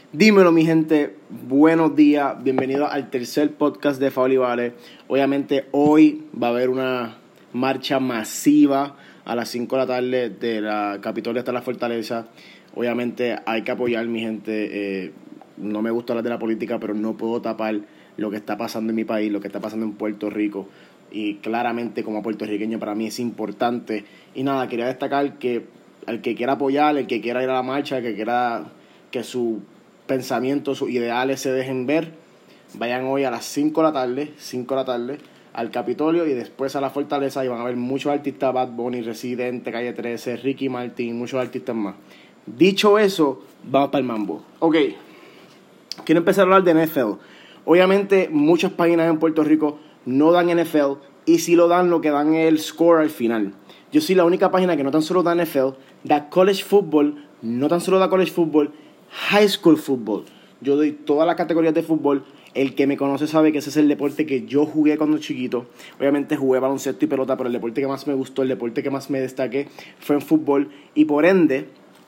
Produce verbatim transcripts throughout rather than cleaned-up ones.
Dímelo, mi gente, buenos días, bienvenidos al tercer podcast de Faul y Vale. Obviamente hoy va a haber una marcha masiva a las cinco de la tarde de la Capitolio hasta la Fortaleza. Obviamente hay que apoyar, mi gente. Eh, no me gusta hablar de la política, pero no puedo tapar lo que está pasando en mi país, lo que está pasando en Puerto Rico. Y claramente como puertorriqueño para mí es importante. Y nada, quería destacar que el que quiera apoyar, el que quiera ir a la marcha, el que quiera que su pensamientos, sus ideales se dejen ver, vayan hoy a las cinco de la tarde, cinco de la tarde, al Capitolio y después a la Fortaleza, y van a ver muchos artistas, Bad Bunny, Residente, Calle trece, Ricky Martin, muchos artistas más. Dicho eso, vamos para el mambo. Ok, quiero empezar a hablar de N F L. Obviamente muchas páginas en Puerto Rico no dan N F L, y si lo dan, lo que dan es el score al final. Yo soy la única página que no tan solo da N F L, da college football, no tan solo da college football, high school football. Yo doy todas las categorías de fútbol. El que me conoce sabe que ese es el deporte que yo jugué cuando chiquito. Obviamente jugué baloncesto y pelota, pero el deporte que más me gustó, el deporte que más me destaqué fue en fútbol. Y por ende,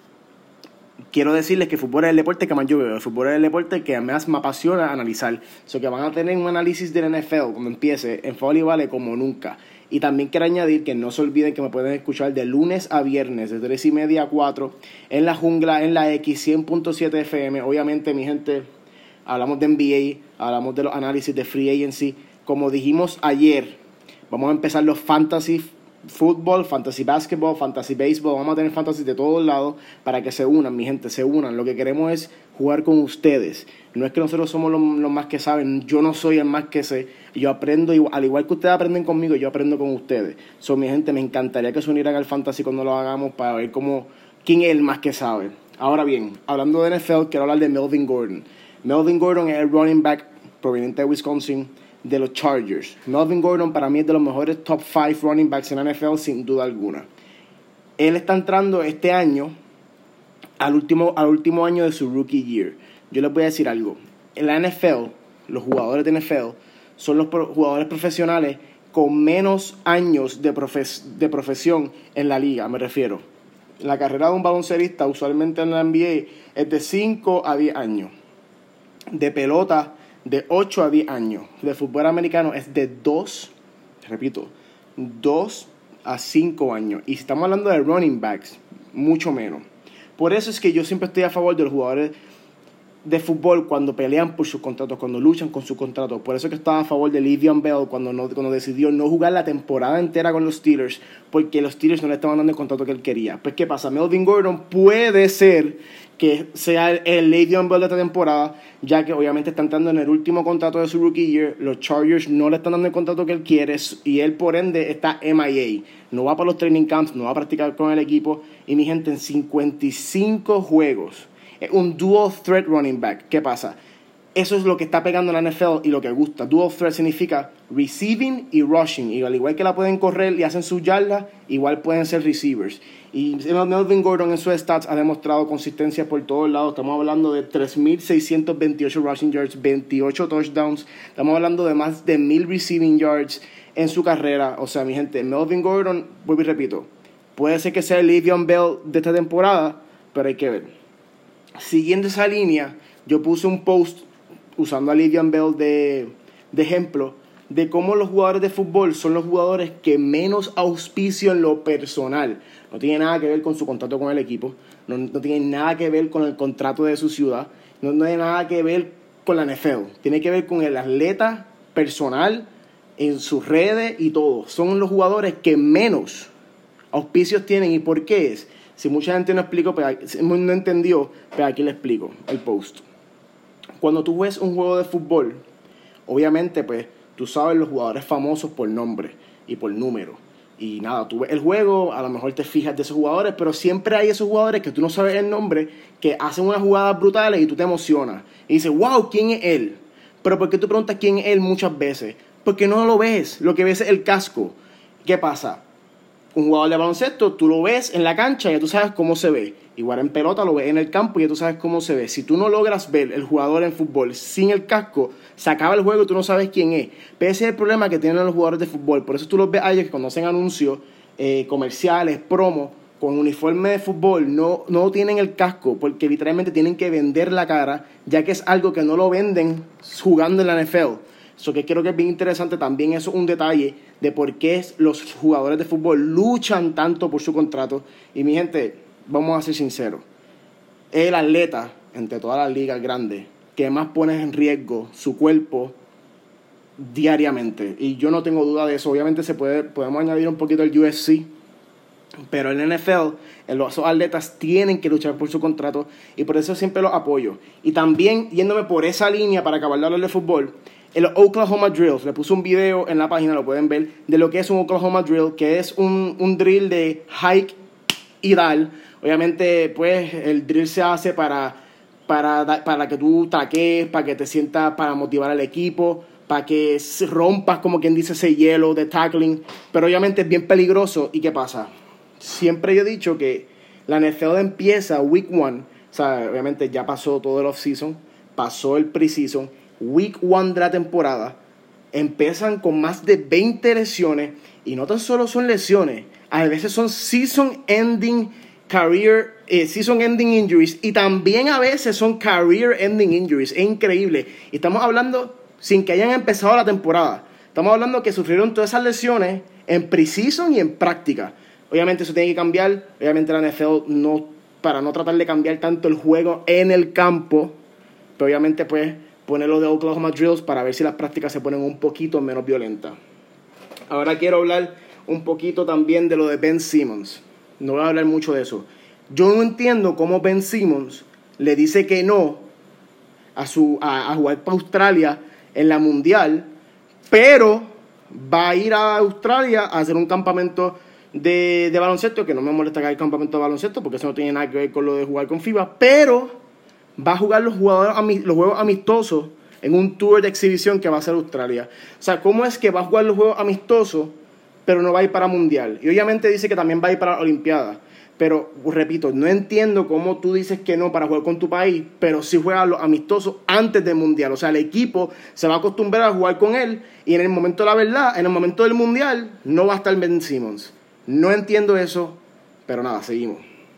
quiero decirles que el fútbol es el deporte que más yo veo. El fútbol es el deporte que más me apasiona analizar. O sea, que van a tener un análisis del N F L cuando empiece en Faul y Vale como nunca. Y también quiero añadir que no se olviden que me pueden escuchar de lunes a viernes, de tres y media a cuatro, en La Jungla, en la X, cien punto siete F M. Obviamente, mi gente, hablamos de N B A, hablamos de los análisis de Free Agency. Como dijimos ayer, vamos a empezar los Fantasy Fútbol, Fantasy Basketball, Fantasy Baseball. Vamos a tener Fantasy de todos lados para que se unan, mi gente, se unan. Lo que queremos es jugar con ustedes. No es que nosotros somos los, los más que saben. Yo no soy el más que sé. Yo aprendo, al igual que ustedes aprenden conmigo, yo aprendo con ustedes. So, mi gente, me encantaría que se unieran al Fantasy cuando lo hagamos para ver cómo, quién es el más que sabe. Ahora bien, hablando de N F L, quiero hablar de Melvin Gordon. Melvin Gordon es el running back proveniente de Wisconsin, de los Chargers. Melvin Gordon para mí es de los mejores top cinco running backs en la N F L sin duda alguna. Él está entrando este año al último, al último año de su rookie year. Yo les voy a decir algo. En la N F L, los jugadores de N F L son los pro, jugadores profesionales con menos años de, profes, de profesión en la liga, me refiero. La carrera de un baloncerista usualmente en la N B A es de cinco a diez años. De pelota, de ocho a diez años. De fútbol americano es de dos, repito, dos a cinco años. Y si estamos hablando de running backs, mucho menos. Por eso es que yo siempre estoy a favor de los jugadores de fútbol cuando pelean por sus contratos, cuando luchan con sus contratos. Por eso que estaba a favor de Le'Veon Bell cuando, no, cuando decidió no jugar la temporada entera con los Steelers, porque los Steelers no le estaban dando el contrato que él quería. Pues ¿qué pasa? Melvin Gordon puede ser que sea el, el Le'Veon Bell de esta temporada, ya que obviamente está entrando en el último contrato de su rookie year. Los Chargers no le están dando el contrato que él quiere y él por ende está M I A. No va para los training camps, no va a practicar con el equipo. Y mi gente, en cincuenta y cinco juegos, es un dual threat running back. ¿Qué pasa? Eso es lo que está pegando en la N F L y lo que gusta. Dual threat significa receiving y rushing. Y al igual que la pueden correr y hacen sus yardas, igual pueden ser receivers. Y Melvin Gordon en sus stats ha demostrado consistencia por todos lados. Estamos hablando de tres mil seiscientos veintiocho rushing yards, veintiocho touchdowns. Estamos hablando de más de mil receiving yards en su carrera. O sea, mi gente, Melvin Gordon, vuelvo y repito, puede ser que sea el Le'Veon Bell de esta temporada, pero hay que ver. Siguiendo esa línea, yo puse un post usando a Le'Veon Bell de, de ejemplo de cómo los jugadores de fútbol son los jugadores que menos auspicio en lo personal. No tiene nada que ver con su contrato con el equipo, no, no tiene nada que ver con el contrato de su ciudad, no, no tiene nada que ver con la N F L. Tiene que ver con el atleta personal en sus redes y todo. Son los jugadores que menos auspicios tienen. ¿Y por qué es? Si mucha gente no explicó, no entendió, pero aquí le explico el post. Cuando tú ves un juego de fútbol, obviamente pues tú sabes los jugadores famosos por nombre y por número. Y nada, tú ves el juego, a lo mejor te fijas de esos jugadores, pero siempre hay esos jugadores que tú no sabes el nombre, que hacen unas jugadas brutales y tú te emocionas. Y dices, wow, ¿quién es él? Pero ¿por qué tú preguntas quién es él muchas veces? Porque no lo ves, lo que ves es el casco. ¿Qué pasa? Un jugador de baloncesto, tú lo ves en la cancha y ya tú sabes cómo se ve. Igual en pelota lo ves en el campo y ya tú sabes cómo se ve. Si tú no logras ver el jugador en fútbol sin el casco, se acaba el juego y tú no sabes quién es. Pero ese es el problema que tienen los jugadores de fútbol. Por eso tú los ves a ellos que cuando hacen anuncios, eh, comerciales, promos, con uniforme de fútbol no, no tienen el casco porque literalmente tienen que vender la cara, ya que es algo que no lo venden jugando en la N F L. Eso que creo que es bien interesante también, eso es un detalle de por qué los jugadores de fútbol luchan tanto por su contrato. Y mi gente, vamos a ser sinceros, es el atleta entre todas las ligas grandes que más pone en riesgo su cuerpo diariamente. Y yo no tengo duda de eso. Obviamente se puede, podemos añadir un poquito el U F C, pero en la N F L los atletas tienen que luchar por su contrato y por eso siempre los apoyo. Y también, yéndome por esa línea para acabar de hablar de fútbol, el Oklahoma Drills, le puse un video en la página, lo pueden ver, de lo que es un Oklahoma Drill, que es un, un drill de hike y dar. Obviamente, pues, el drill se hace para, para, para que tú taques, para que te sientas, para motivar al equipo, para que rompas, como quien dice, ese hielo de tackling. Pero obviamente es bien peligroso. ¿Y qué pasa? Siempre yo he dicho que la N F L empieza week one, o sea, obviamente ya pasó todo el off-season, pasó el pre-season, week one de la temporada, empiezan con más de veinte lesiones, y no tan solo son lesiones, a veces son season-ending career, eh, season-ending injuries, y también a veces son career-ending injuries. Es increíble. Y estamos hablando sin que hayan empezado la temporada. Estamos hablando que sufrieron todas esas lesiones en pre-season y en práctica. Obviamente eso tiene que cambiar. Obviamente la N F L, no, para no tratar de cambiar tanto el juego en el campo, pero obviamente pues ponerlo de Oklahoma Drills para ver si las prácticas se ponen un poquito menos violentas. Ahora quiero hablar un poquito también de lo de Ben Simmons. No voy a hablar mucho de eso. Yo no entiendo cómo Ben Simmons le dice que no a, su, a, a jugar para Australia en la Mundial, pero va a ir a Australia a hacer un campamento de, de baloncesto, que no me molesta que haya campamento de baloncesto, porque eso no tiene nada que ver con lo de jugar con FIBA, pero va a jugar los, jugadores, los juegos amistosos en un tour de exhibición que va a hacer Australia. O sea, ¿cómo es que va a jugar los juegos amistosos, pero no va a ir para Mundial? Y obviamente dice que también va a ir para la Olimpiada. Pero, repito, no entiendo cómo tú dices que no para jugar con tu país, pero sí juegas los amistosos antes del Mundial. O sea, el equipo se va a acostumbrar a jugar con él y en el momento de la verdad, en el momento del Mundial, no va a estar Ben Simmons. No entiendo eso, pero nada, seguimos.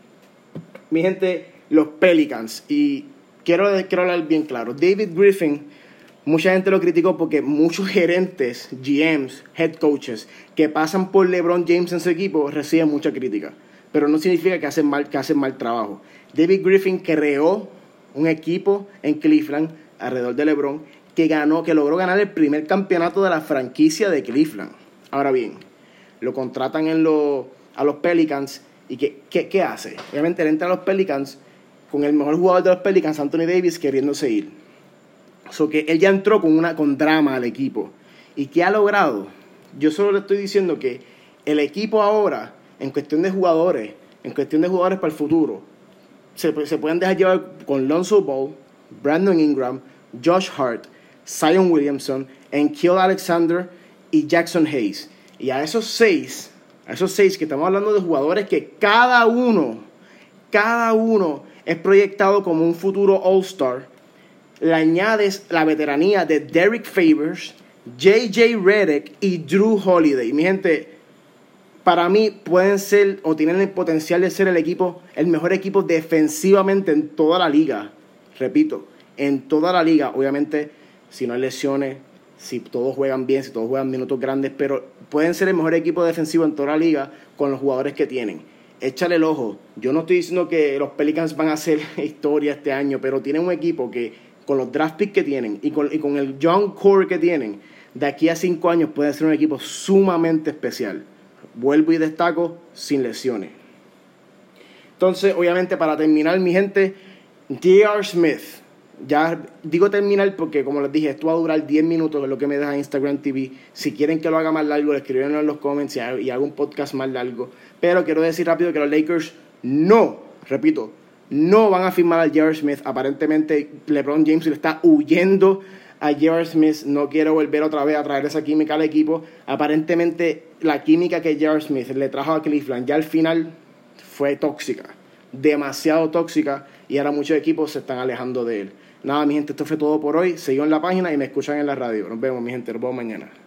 Mi gente, los Pelicans. Y quiero, quiero hablar bien claro. David Griffin, mucha gente lo criticó porque muchos gerentes, G Ms, head coaches, que pasan por LeBron James en su equipo, reciben mucha crítica. Pero no significa que hacen mal, que hacen mal trabajo. David Griffin creó un equipo en Cleveland alrededor de LeBron que ganó, que logró ganar el primer campeonato de la franquicia de Cleveland. Ahora bien, lo contratan en lo, a los Pelicans y ¿qué, qué, qué hace? Obviamente él entra a los Pelicans con el mejor jugador de los Pelicans, Anthony Davis, queriéndose ir. O so que él ya entró con, una, con drama al equipo. ¿Y qué ha logrado? Yo solo le estoy diciendo que el equipo ahora, en cuestión de jugadores, en cuestión de jugadores para el futuro, se, se pueden dejar llevar con Lonzo Ball, Brandon Ingram, Josh Hart, Zion Williamson, N'Keal Alexander y Jackson Hayes. Y a esos seis, a esos seis que estamos hablando de jugadores que cada uno, cada uno es proyectado como un futuro All-Star, le añades la veteranía de Derek Favors, J J Redick y Drew Holiday. Mi gente, para mí pueden ser o tienen el potencial de ser el equipo, el mejor equipo defensivamente en toda la liga. Repito, en toda la liga. Obviamente, si no hay lesiones, si todos juegan bien, si todos juegan minutos grandes, pero pueden ser el mejor equipo defensivo en toda la liga con los jugadores que tienen. Échale el ojo. Yo no estoy diciendo que los Pelicans van a hacer historia este año, pero tienen un equipo que con los draft picks que tienen y con, y con el young core que tienen, de aquí a cinco años puede ser un equipo sumamente especial. Vuelvo y destaco, sin lesiones. Entonces, obviamente, para terminar, mi gente, J R Smith. Ya digo terminar porque, como les dije, esto va a durar diez minutos, es lo que me deja Instagram T V. Si quieren que lo haga más largo, escríbenlo en los comments y hago un podcast más largo. Pero quiero decir rápido que los Lakers no, repito, no van a firmar a J R Smith. Aparentemente, LeBron James le está huyendo a J R Smith, no quiere volver otra vez a traer esa química al equipo. Aparentemente la química que J R Smith le trajo a Cleveland ya al final fue tóxica, demasiado tóxica, y ahora muchos equipos se están alejando de él. Nada, mi gente, esto fue todo por hoy. Seguimos en la página y me escuchan en la radio. Nos vemos, mi gente, nos vemos mañana.